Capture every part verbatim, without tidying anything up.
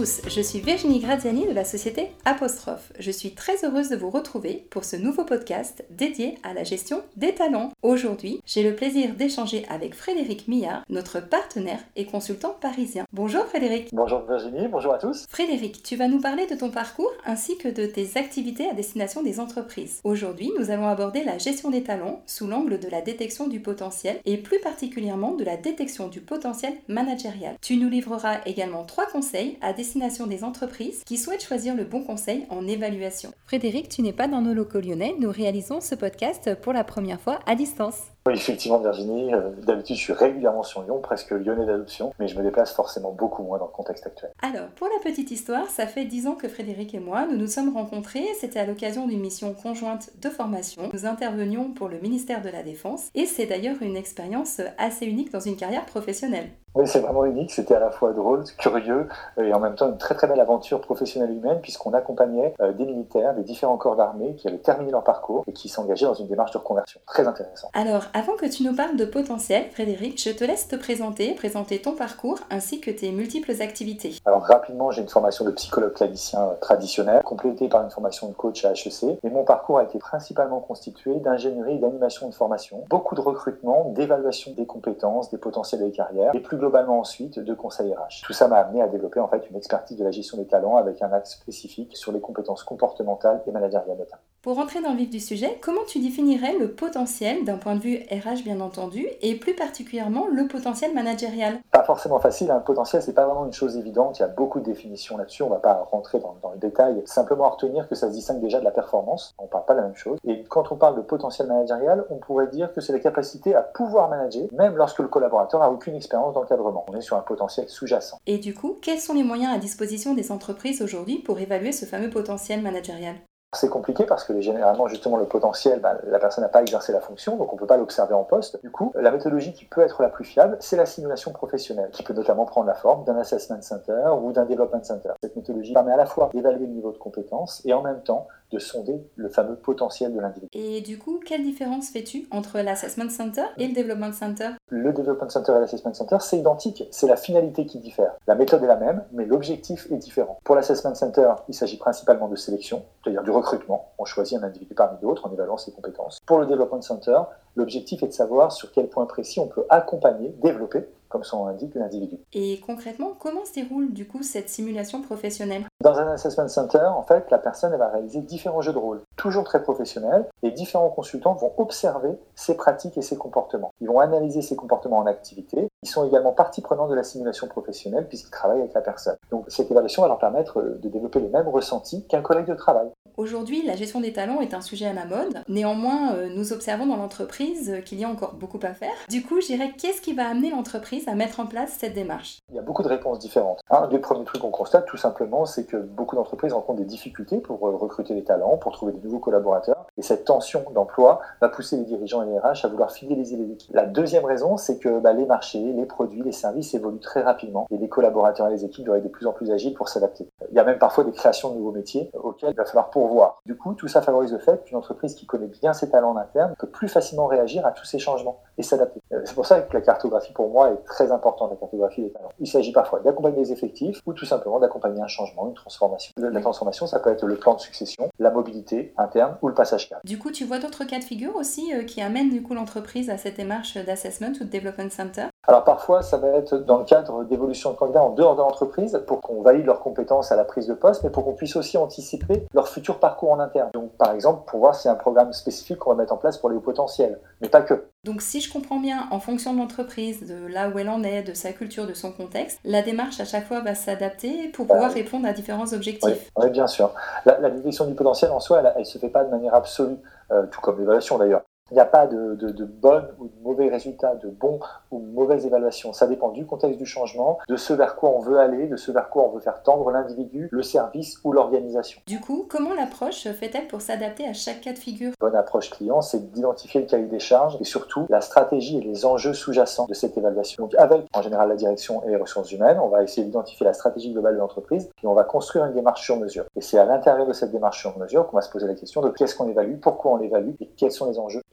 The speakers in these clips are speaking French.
tous, je suis Virginie Graziani de la société Apostrophe. Je suis très heureuse de vous retrouver pour ce nouveau podcast dédié à la gestion des talents. Aujourd'hui, j'ai le plaisir d'échanger avec Frédéric Millard, notre partenaire et consultant parisien. Bonjour Frédéric. Bonjour Virginie, bonjour à tous. Frédéric, tu vas nous parler de ton parcours ainsi que de tes activités à destination des entreprises. Aujourd'hui, nous allons aborder la gestion des talents sous l'angle de la détection du potentiel et plus particulièrement de la détection du potentiel managérial. Tu nous livreras également trois conseils à destination des entreprises qui souhaitent choisir le bon conseil en évaluation. Frédéric, tu n'es pas dans nos locaux lyonnais, nous réalisons ce podcast pour la première fois à distance. Oui, effectivement Virginie, euh, d'habitude je suis régulièrement sur Lyon, presque lyonnais d'adoption, mais je me déplace forcément beaucoup moins dans le contexte actuel. Alors, pour la petite histoire, ça fait dix ans que Frédéric et moi, nous nous sommes rencontrés, c'était à l'occasion d'une mission conjointe de formation. Nous intervenions pour le ministère de la Défense et c'est d'ailleurs une expérience assez unique dans une carrière professionnelle. Oui, c'est vraiment unique, c'était à la fois drôle, curieux et en même temps une très très belle aventure professionnelle humaine puisqu'on accompagnait euh, des militaires des différents corps d'armée qui avaient terminé leur parcours et qui s'engageaient dans une démarche de reconversion. Très intéressant. Alors, avant que tu nous parles de potentiel, Frédéric, je te laisse te présenter, présenter ton parcours ainsi que tes multiples activités. Alors rapidement, j'ai une formation de psychologue clinicien euh, traditionnelle, complétée par une formation de coach à H E C. Et mon parcours a été principalement constitué d'ingénierie et d'animation de formation, beaucoup de recrutement, d'évaluation des compétences, des potentiels des carrières, et plus globalement ensuite de conseil R H. Tout ça m'a amené à développer en fait une expertise de la gestion des talents avec un axe spécifique sur les compétences comportementales et managériales notamment. Pour rentrer dans le vif du sujet, comment tu définirais le potentiel d'un point de vue R H bien entendu et plus particulièrement le potentiel managérial? Pas forcément facile, un potentiel c'est pas vraiment une chose évidente, il y a beaucoup de définitions là-dessus, on va pas rentrer dans, dans le détail, simplement à retenir que ça se distingue déjà de la performance, on parle pas de la même chose. Et quand on parle de potentiel managérial, on pourrait dire que c'est la capacité à pouvoir manager, même lorsque le collaborateur n'a aucune expérience d'encadrement. On est sur un potentiel sous-jacent. Et du coup, quels sont les moyens à disposition des entreprises aujourd'hui pour évaluer ce fameux potentiel managérial? C'est compliqué parce que généralement, justement, le potentiel, bah, la personne n'a pas exercé la fonction, donc on ne peut pas l'observer en poste. Du coup, la méthodologie qui peut être la plus fiable, c'est la simulation professionnelle, qui peut notamment prendre la forme d'un assessment center ou d'un development center. Cette méthodologie permet à la fois d'évaluer le niveau de compétence et en même temps de sonder le fameux potentiel de l'individu. Et du coup, quelle différence fais-tu entre l'assessment center et le development center? Le development center et l'assessment center, c'est identique, c'est la finalité qui diffère. La méthode est la même, mais l'objectif est différent. Pour l'assessment center, il s'agit principalement de sélection, c'est-à-dire du recrutement. On choisit un individu parmi d'autres en évaluant ses compétences. Pour le development center, l'objectif est de savoir sur quel point précis on peut accompagner, développer, comme son nom l'indique, l'individu. Et concrètement, comment se déroule du coup cette simulation professionnelle? Dans un assessment center, en fait, la personne elle va réaliser différents jeux de rôle, toujours très professionnels, et différents consultants vont observer ses pratiques et ses comportements. Ils vont analyser ses comportements en activité. Ils sont également partie prenante de la simulation professionnelle puisqu'ils travaillent avec la personne. Donc cette évaluation va leur permettre de développer les mêmes ressentis qu'un collègue de travail. Aujourd'hui, la gestion des talents est un sujet à la mode. Néanmoins, euh, nous observons dans l'entreprise euh, qu'il y a encore beaucoup à faire. Du coup, je dirais, qu'est-ce qui va amener l'entreprise à mettre en place cette démarche? Il y a beaucoup de réponses différentes. Un des premiers trucs qu'on constate, tout simplement, c'est que beaucoup d'entreprises rencontrent des difficultés pour euh, recruter des talents, pour trouver des nouveaux collaborateurs. Et cette tension d'emploi va pousser les dirigeants et les R H à vouloir fidéliser les équipes. La deuxième raison, c'est que bah, les marchés, les produits, les services évoluent très rapidement et les collaborateurs et les équipes doivent être de plus en plus agiles pour s'adapter. Il y a même parfois des créations de nouveaux métiers auxquels il va falloir pourvoir. Du coup, tout ça favorise le fait qu'une entreprise qui connaît bien ses talents en interne peut plus facilement réagir à tous ces changements et s'adapter. C'est pour ça que la cartographie, pour moi, est très importante, la cartographie des talents. Il s'agit parfois d'accompagner les effectifs ou tout simplement d'accompagner un changement, une transformation. La transformation, ça peut être le plan de succession, la mobilité interne ou le passage cadre. Du coup, tu vois d'autres cas de figure aussi euh, qui amènent du coup l'entreprise à cette démarche d'assessment ou de development center? Alors parfois, ça va être dans le cadre d'évolution de candidats en dehors de l'entreprise pour qu'on valide leurs compétences à la prise de poste, mais pour qu'on puisse aussi anticiper leur futur parcours en interne. Donc par exemple, pour voir s'il y a un programme spécifique qu'on va mettre en place pour les hauts potentiels, mais pas que. Donc si je comprends bien, en fonction de l'entreprise, de là où elle en est, de sa culture, de son contexte, la démarche à chaque fois va s'adapter pour pouvoir oui. répondre à différents objectifs. Oui, oui bien sûr. La, la détection du potentiel en soi, elle ne se fait pas de manière absolue, euh, tout comme l'évaluation d'ailleurs. Il n'y a pas de, de, de bonnes ou de mauvais résultats, de bons ou de mauvaises évaluations. Ça dépend du contexte du changement, de ce vers quoi on veut aller, de ce vers quoi on veut faire tendre l'individu, le service ou l'organisation. Du coup, comment l'approche fait-elle pour s'adapter à chaque cas de figure? Bonne approche client, c'est d'identifier le cahier des charges et surtout la stratégie et les enjeux sous-jacents de cette évaluation. Donc avec, en général, la direction et les ressources humaines, on va essayer d'identifier la stratégie globale de l'entreprise et on va construire une démarche sur mesure. Et c'est à l'intérieur de cette démarche sur mesure qu'on va se poser la question de qu'est-ce qu'on évalue, pourquoi on l'évalue et quels sont les enjeux.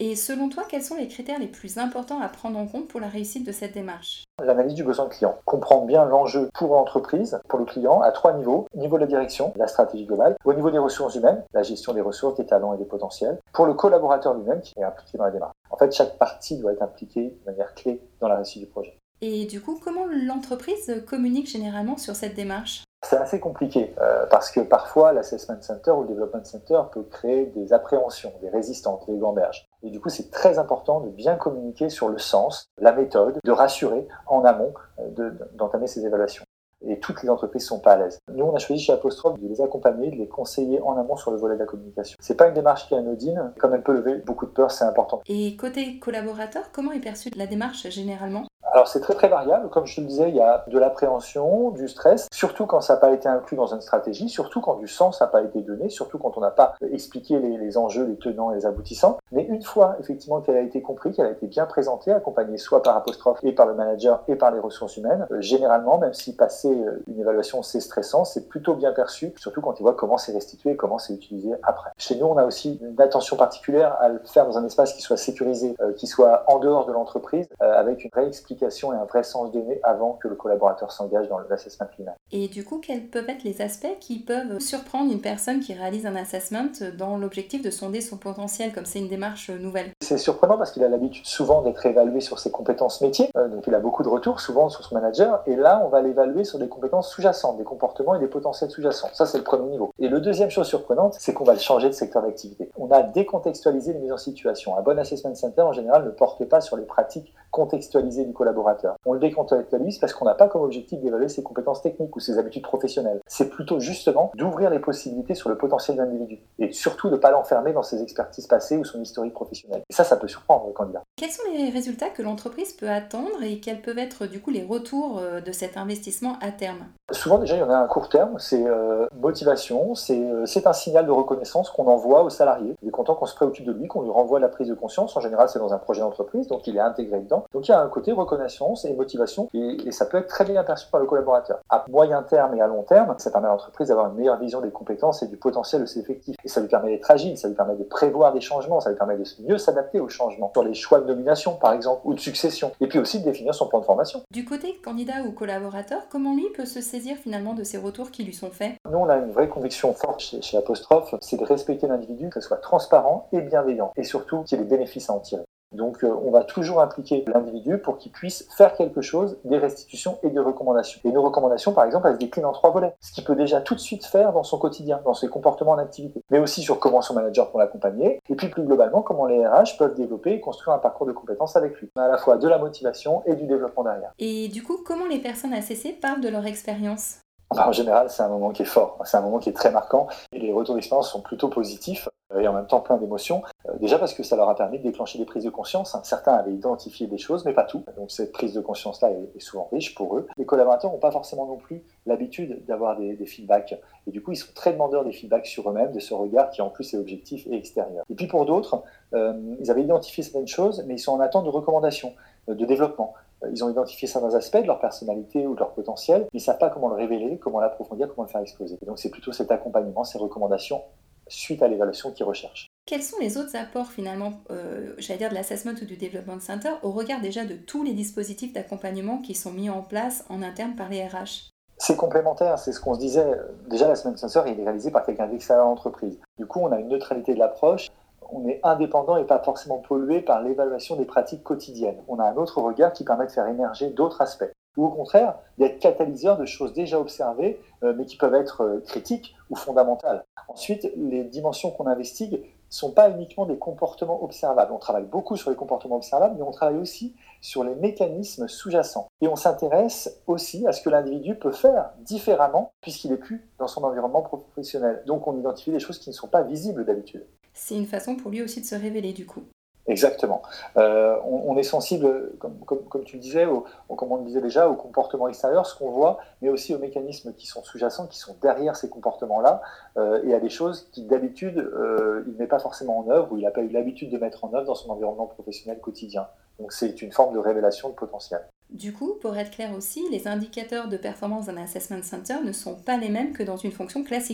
Et selon toi, quels sont les critères les plus importants à prendre en compte pour la réussite de cette démarche? L'analyse du besoin client. Comprendre bien l'enjeu pour l'entreprise, pour le client, à trois niveaux. Au niveau de la direction, la stratégie globale. Au niveau des ressources humaines, la gestion des ressources, des talents et des potentiels. Pour le collaborateur lui-même qui est impliqué dans la démarche. En fait, chaque partie doit être impliquée de manière clé dans la réussite du projet. Et du coup, comment l'entreprise communique généralement sur cette démarche? C'est assez compliqué euh, parce que parfois l'assessment center ou le development center peut créer des appréhensions, des résistances, des gamberges. Et du coup, c'est très important de bien communiquer sur le sens, la méthode, de rassurer en amont euh, de, d'entamer ces évaluations. Et toutes les entreprises ne sont pas à l'aise. Nous, on a choisi chez Apostrophe de les accompagner, de les conseiller en amont sur le volet de la communication. C'est pas une démarche qui est anodine, comme elle peut lever beaucoup de peur, c'est important. Et côté collaborateur, comment est perçue la démarche généralement? Alors c'est très très variable, comme je te le disais, il y a de l'appréhension, du stress, surtout quand ça n'a pas été inclus dans une stratégie, surtout quand du sens n'a pas été donné, surtout quand on n'a pas expliqué les, les enjeux, les tenants et les aboutissants. Mais une fois effectivement qu'elle a été comprise, qu'elle a été bien présentée, accompagnée soit par Apostrophe et par le manager et par les ressources humaines, euh, généralement, même si passer une évaluation c'est stressant, c'est plutôt bien perçu, surtout quand ils voient comment c'est restitué et comment c'est utilisé après. Chez nous, on a aussi une attention particulière à le faire dans un espace qui soit sécurisé, euh, qui soit en dehors de l'entreprise, euh, avec une vraie explication et un vrai sens donné avant que le collaborateur s'engage dans l'assessment final. Et du coup, quels peuvent être les aspects qui peuvent surprendre une personne qui réalise un assessment dans l'objectif de sonder son potentiel, comme c'est une démarche nouvelle? C'est surprenant parce qu'il a l'habitude souvent d'être évalué sur ses compétences métiers, euh, donc il a beaucoup de retours souvent sur son manager, et là on va l'évaluer sur des compétences sous-jacentes, des comportements et des potentiels sous-jacents. Ça c'est le premier niveau. Et le deuxième chose surprenante, c'est qu'on va le changer de secteur d'activité. On a décontextualisé les mises en situation. Un bon assessment center en général ne porte pas sur les pratiques contextualisées du collaborateur. On le décontextualise parce qu'on n'a pas comme objectif d'évaluer ses compétences techniques ou ses habitudes professionnelles. C'est plutôt justement d'ouvrir les possibilités sur le potentiel de l'individu et surtout de ne pas l'enfermer dans ses expertises passées ou son historique professionnel. Et ça, ça peut surprendre le candidat. Quels sont les résultats que l'entreprise peut attendre et quels peuvent être du coup les retours de cet investissement à terme? Souvent déjà, il y en a un court terme, c'est euh, motivation, c'est, euh, c'est un signal de reconnaissance qu'on envoie au salarié. Il est content qu'on se préoccupe de lui, qu'on lui renvoie la prise de conscience. En général, c'est dans un projet d'entreprise, donc il est intégré dedans. Donc il y a un côté reconnaissance et motivation et, et ça peut être très bien perçu par le collaborateur. À moyen terme et à long terme, ça permet à l'entreprise d'avoir une meilleure vision des compétences et du potentiel de ses effectifs. Et ça lui permet d'être agile, ça lui permet de prévoir des changements, ça lui permet de mieux s'adapter aux changements sur les choix de nomination par exemple ou de succession. Et puis aussi de définir son plan de formation. Du côté candidat ou collaborateur, comment lui peut se saisir finalement de ces retours qui lui sont faits? Nous, on a une vraie conviction forte chez, chez Apostrophe, c'est de respecter l'individu, que ce soit transparent et bienveillant, et surtout qu'il y ait des bénéfices à en tirer. Donc euh, on va toujours impliquer l'individu pour qu'il puisse faire quelque chose, des restitutions et des recommandations. Et nos recommandations, par exemple, elles se déclinent en trois volets. Ce qu'il peut déjà tout de suite faire dans son quotidien, dans ses comportements en activité, mais aussi sur comment son manager peut l'accompagner, et puis plus globalement, comment les R H peuvent développer et construire un parcours de compétences avec lui. On a à la fois de la motivation et du développement derrière. Et du coup, comment les personnes assessées parlent de leur expérience? En général, c'est un moment qui est fort, c'est un moment qui est très marquant, et les retours d'expérience sont plutôt positifs, et en même temps plein d'émotions. Déjà parce que ça leur a permis de déclencher des prises de conscience. Certains avaient identifié des choses, mais pas tout. Donc cette prise de conscience-là est souvent riche pour eux. Les collaborateurs n'ont pas forcément non plus l'habitude d'avoir des, des feedbacks. Et du coup, ils sont très demandeurs des feedbacks sur eux-mêmes, de ce regard qui en plus est objectif et extérieur. Et puis pour d'autres, euh, ils avaient identifié certaines choses, mais ils sont en attente de recommandations, de développement. Ils ont identifié certains aspects de leur personnalité ou de leur potentiel, mais ils ne savent pas comment le révéler, comment l'approfondir, comment le faire exploser. Et donc c'est plutôt cet accompagnement, ces recommandations, suite à l'évaluation qu'ils recherchent. Quels sont les autres apports finalement, euh, j'allais dire de l'assessment ou du development center, au regard déjà de tous les dispositifs d'accompagnement qui sont mis en place en interne par les R H? C'est complémentaire, c'est ce qu'on se disait. Déjà, l'assessment center il est réalisé par quelqu'un d'extérieur à l'entreprise. Du coup, on a une neutralité de l'approche. On est indépendant et pas forcément pollué par l'évaluation des pratiques quotidiennes. On a un autre regard qui permet de faire émerger d'autres aspects. Ou au contraire, d'être catalyseur de choses déjà observées, euh, mais qui peuvent être euh, critiques ou fondamentales. Ensuite, les dimensions qu'on investigue ne sont pas uniquement des comportements observables. On travaille beaucoup sur les comportements observables, mais on travaille aussi sur les mécanismes sous-jacents. Et on s'intéresse aussi à ce que l'individu peut faire différemment, puisqu'il n'est plus dans son environnement professionnel. Donc on identifie des choses qui ne sont pas visibles d'habitude. C'est une façon pour lui aussi de se révéler du coup. Exactement. Euh, on, on est sensible, comme, comme, comme tu le disais, au, au, comme on le disait déjà, au comportement extérieur, ce qu'on voit, mais aussi aux mécanismes qui sont sous-jacents, qui sont derrière ces comportements-là, euh, et à des choses qui d'habitude euh, il ne met pas forcément en œuvre, ou il n'a pas eu l'habitude de mettre en œuvre dans son environnement professionnel quotidien. Donc c'est une forme de révélation de potentiel. Du coup, pour être clair aussi, les indicateurs de performance d'un assessment center ne sont pas les mêmes que dans une fonction classique.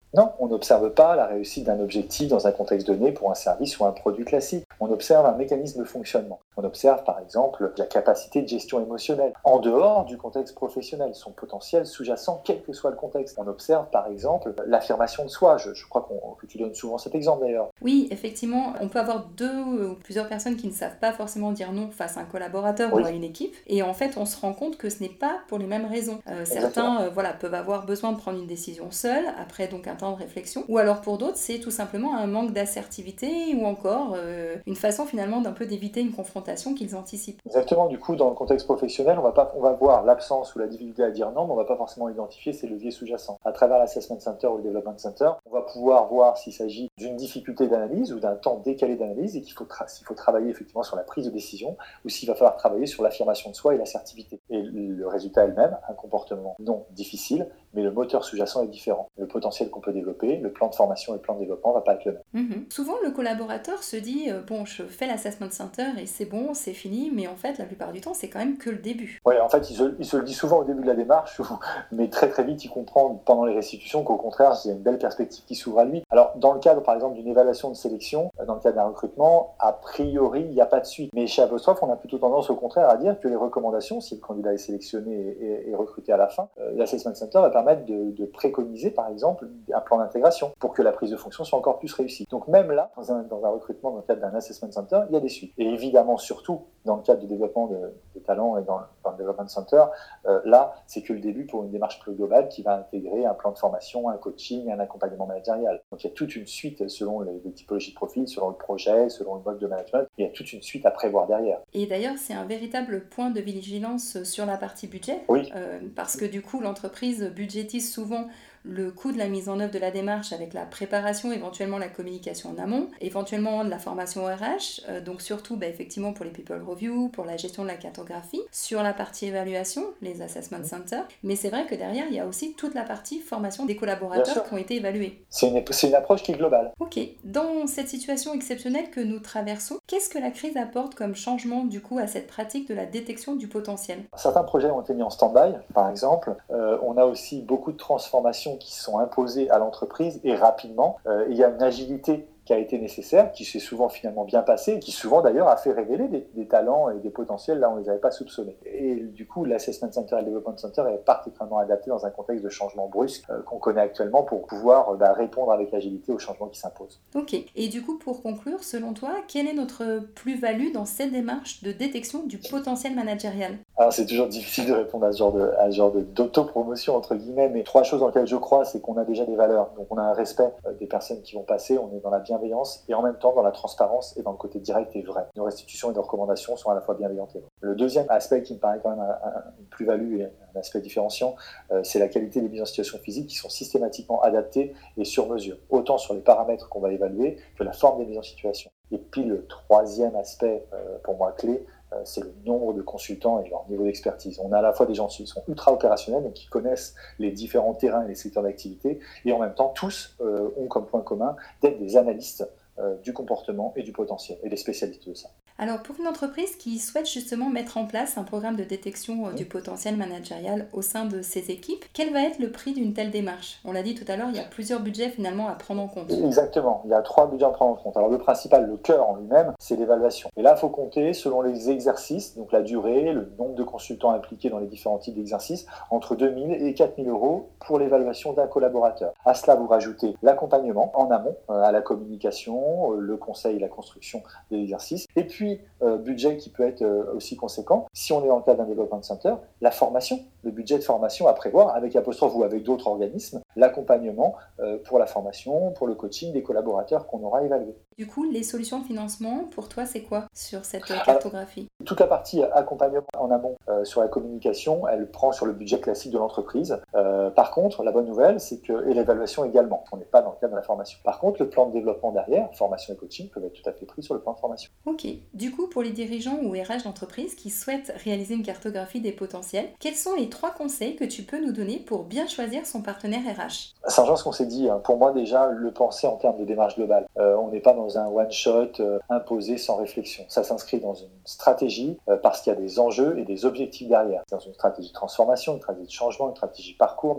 Non, on n'observe pas la réussite d'un objectif dans un contexte donné pour un service ou un produit classique. On observe un mécanisme de fonctionnement. On observe par exemple la capacité de gestion émotionnelle en dehors du contexte professionnel, son potentiel sous-jacent quel que soit le contexte. On observe par exemple l'affirmation de soi. Je, je crois qu'on, que tu donnes souvent cet exemple d'ailleurs. Oui, effectivement, on peut avoir deux ou plusieurs personnes qui ne savent pas forcément dire non face à un collaborateur oui. ou à une équipe. Et en fait, on se rend compte que ce n'est pas pour les mêmes raisons. Euh, certains euh, voilà, peuvent avoir besoin de prendre une décision seuls, après donc un temps de réflexion. Ou alors pour d'autres, c'est tout simplement un manque d'assertivité ou encore euh, une façon finalement d'un peu d'éviter une confrontation qu'ils anticipent. Exactement, du coup, dans le contexte professionnel, on va, pas, on va voir l'absence ou la difficulté à dire non, mais on ne va pas forcément identifier ces leviers sous-jacents. À travers l'Assessment Center ou le Development Center, on va pouvoir voir s'il s'agit d'une difficulté d'analyse ou d'un temps décalé d'analyse et qu'il faut, tra- s'il faut travailler effectivement sur la prise de décision ou s'il va falloir travailler sur l'affirmation de soi et l'assertivité. Et le résultat est le même, un comportement non difficile, mais le moteur sous-jacent est différent. Le potentiel qu'on peut développer, le plan de formation et le plan de développement ne va pas être le même. Mmh. Souvent, le collaborateur se dit euh, « bon, je fais l'Assessment Center et c'est bon, c'est fini », mais en fait, la plupart du temps, c'est quand même que le début. Oui, en fait, il se, il se le dit souvent au début de la démarche, mais très très vite, il comprend pendant les restitutions qu'au contraire, il y a une belle perspective qui s'ouvre à lui. Alors, dans le cadre, par exemple, d'une évaluation de sélection, dans le cadre d'un recrutement, a priori, il n'y a pas de suite. Mais chez Apostrophe, on a plutôt tendance au contraire à dire que les recommandations, si le candidat est sélectionné et, et, et recruté à la fin, euh, l'Assessment Center va permettre de, de préconiser, par exemple, un plan d'intégration pour que la prise de fonction soit encore plus réussie. Donc même là, dans un, dans un recrutement, dans le cadre d'un Assessment Center, il y a des suites. Et évidemment, surtout, dans le cadre du développement de, de talents et dans, dans le Development Center, euh, là, c'est que le début pour une démarche plus globale qui va intégrer un plan de formation, un coaching, un accompagnement managérial. Donc il y a toute une suite selon les, les typologies de profil, selon le projet, selon le mode de management, il y a toute une suite à prévoir derrière. Et d'ailleurs, c'est un véritable point de vigilance sur la partie budget, oui. euh, parce que du coup, l'entreprise budgétise souvent le coût de la mise en œuvre de la démarche avec la préparation, éventuellement la communication en amont, éventuellement de la formation R H, euh, donc surtout bah, effectivement pour les people review, pour la gestion de la cartographie, sur la partie évaluation, les assessment centers, mais c'est vrai que derrière il y a aussi toute la partie formation des collaborateurs qui ont été évalués. C'est une, c'est une approche qui est globale. Ok, dans cette situation exceptionnelle que nous traversons, qu'est-ce que la crise apporte comme changement du coup à cette pratique de la détection du potentiel ? Certains projets ont été mis en stand-by, par exemple. Euh, on a aussi beaucoup de transformations qui sont imposées à l'entreprise et rapidement. Euh, il y a une agilité qui a été nécessaire, qui s'est souvent finalement bien passé, et qui souvent d'ailleurs a fait révéler des, des talents et des potentiels là où on ne les avait pas soupçonnés. Et du coup, l'Assessment Center et le Development Center est particulièrement adapté dans un contexte de changement brusque euh, qu'on connaît actuellement pour pouvoir euh, bah, répondre avec agilité aux changements qui s'imposent. Ok, et du coup pour conclure, selon toi, quelle est notre plus-value dans cette démarche de détection du potentiel managérial ? Alors c'est toujours difficile de répondre à ce genre, de, à ce genre de, d'autopromotion entre guillemets, mais trois choses dans lesquelles je crois, c'est qu'on a déjà des valeurs. Donc on a un respect euh, des personnes qui vont passer, on est dans la bienveillance et en même temps dans la transparence et dans le côté direct et vrai. Nos restitutions et nos recommandations sont à la fois bienveillantes et vraies. Le deuxième aspect qui me paraît quand même un, un, une plus-value et un aspect différenciant, euh, c'est la qualité des mises en situation physique qui sont systématiquement adaptées et sur mesure, autant sur les paramètres qu'on va évaluer que la forme des mises en situation. Et puis le troisième aspect, euh, pour moi clé, euh, c'est le nombre de consultants et leur niveau d'expertise. On a à la fois des gens qui sont ultra opérationnels, donc qui connaissent les différents terrains et les secteurs d'activité, et en même temps, tous euh, ont comme point commun d'être des analystes euh, du comportement et du potentiel, et des spécialistes de ça. Alors pour une entreprise qui souhaite justement mettre en place un programme de détection euh, du potentiel managérial au sein de ses équipes, quel va être le prix d'une telle démarche ? On l'a dit tout à l'heure, il y a plusieurs budgets finalement à prendre en compte. Exactement, il y a trois budgets à prendre en compte. Alors le principal, le cœur en lui-même, c'est l'évaluation. Et là, il faut compter selon les exercices, donc la durée, le nombre de consultants impliqués dans les différents types d'exercices, entre deux mille et quatre mille euros pour l'évaluation d'un collaborateur. À cela, vous rajoutez l'accompagnement en amont, euh, à la communication, euh, le conseil, la construction de l'exercice, et puis Euh, budget qui peut être euh, aussi conséquent. Si on est dans le cadre d'un development center, la formation, le budget de formation à prévoir avec apostrophe ou avec d'autres organismes, l'accompagnement euh, pour la formation, pour le coaching des collaborateurs qu'on aura évalués. Du coup, les solutions de financement, pour toi, c'est quoi sur cette cartographie ? Alors, toute la partie accompagnement en amont euh, sur la communication, elle prend sur le budget classique de l'entreprise. Euh, par contre, la bonne nouvelle, c'est que, et l'évaluation également, on n'est pas dans le cadre de la formation. Par contre, le plan de développement derrière, formation et coaching, peuvent être tout à fait pris sur le plan de formation. Ok. Du coup, pour les dirigeants ou R H d'entreprise qui souhaitent réaliser une cartographie des potentiels, quels sont les trois conseils que tu peux nous donner pour bien choisir son partenaire R H ? Ça rejoint ce qu'on s'est dit. Pour moi, déjà, le penser en termes de démarche globale. Euh, on n'est pas dans un one-shot euh, imposé sans réflexion. Ça s'inscrit dans une stratégie euh, parce qu'il y a des enjeux et des objectifs derrière. Dans une stratégie de transformation, une stratégie de changement, une stratégie parcours,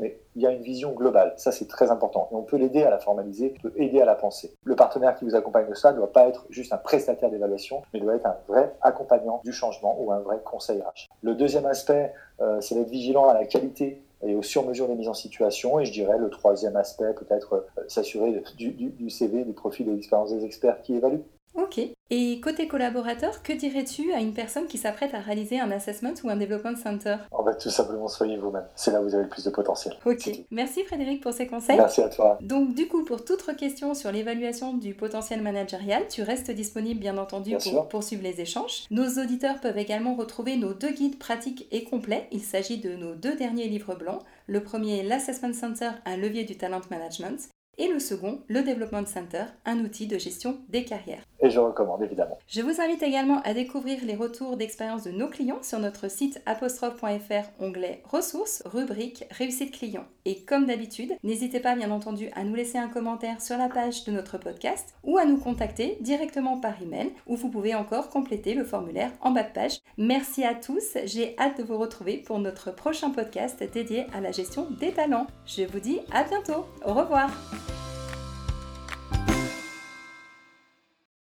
mais il y a une vision globale. Ça, c'est très important. Et on peut l'aider à la formaliser, on peut aider à la penser. Le partenaire qui vous accompagne de ça ne doit pas être juste un prestataire d'évaluation, mais doit être un vrai accompagnant du changement ou un vrai conseil R H. Le deuxième aspect, euh, c'est d'être vigilant à la qualité et aux sur-mesures des mises en situation. Et je dirais le troisième aspect, peut-être euh, s'assurer du, du, du C V, du profil et de l'expérience des experts qui évaluent. Ok. Et côté collaborateur, que dirais-tu à une personne qui s'apprête à réaliser un assessment ou un development center? En fait, tout simplement, soyez vous-même. C'est là où vous avez le plus de potentiel. Ok. Merci Frédéric pour ces conseils. Merci à toi. Donc du coup, pour toute question sur l'évaluation du potentiel managérial, tu restes disponible bien entendu Bien pour sûr. poursuivre les échanges. Nos auditeurs peuvent également retrouver nos deux guides pratiques et complets. Il s'agit de nos deux derniers livres blancs. Le premier, l'Assessment Center, un levier du talent management. Et le second, le Development Center, un outil de gestion des carrières. Et je recommande évidemment. Je vous invite également à découvrir les retours d'expérience de nos clients sur notre site apostrophe point f r, onglet ressources, rubrique réussite client. Et comme d'habitude, n'hésitez pas bien entendu à nous laisser un commentaire sur la page de notre podcast ou à nous contacter directement par email où vous pouvez encore compléter le formulaire en bas de page. Merci à tous, j'ai hâte de vous retrouver pour notre prochain podcast dédié à la gestion des talents. Je vous dis à bientôt, au revoir.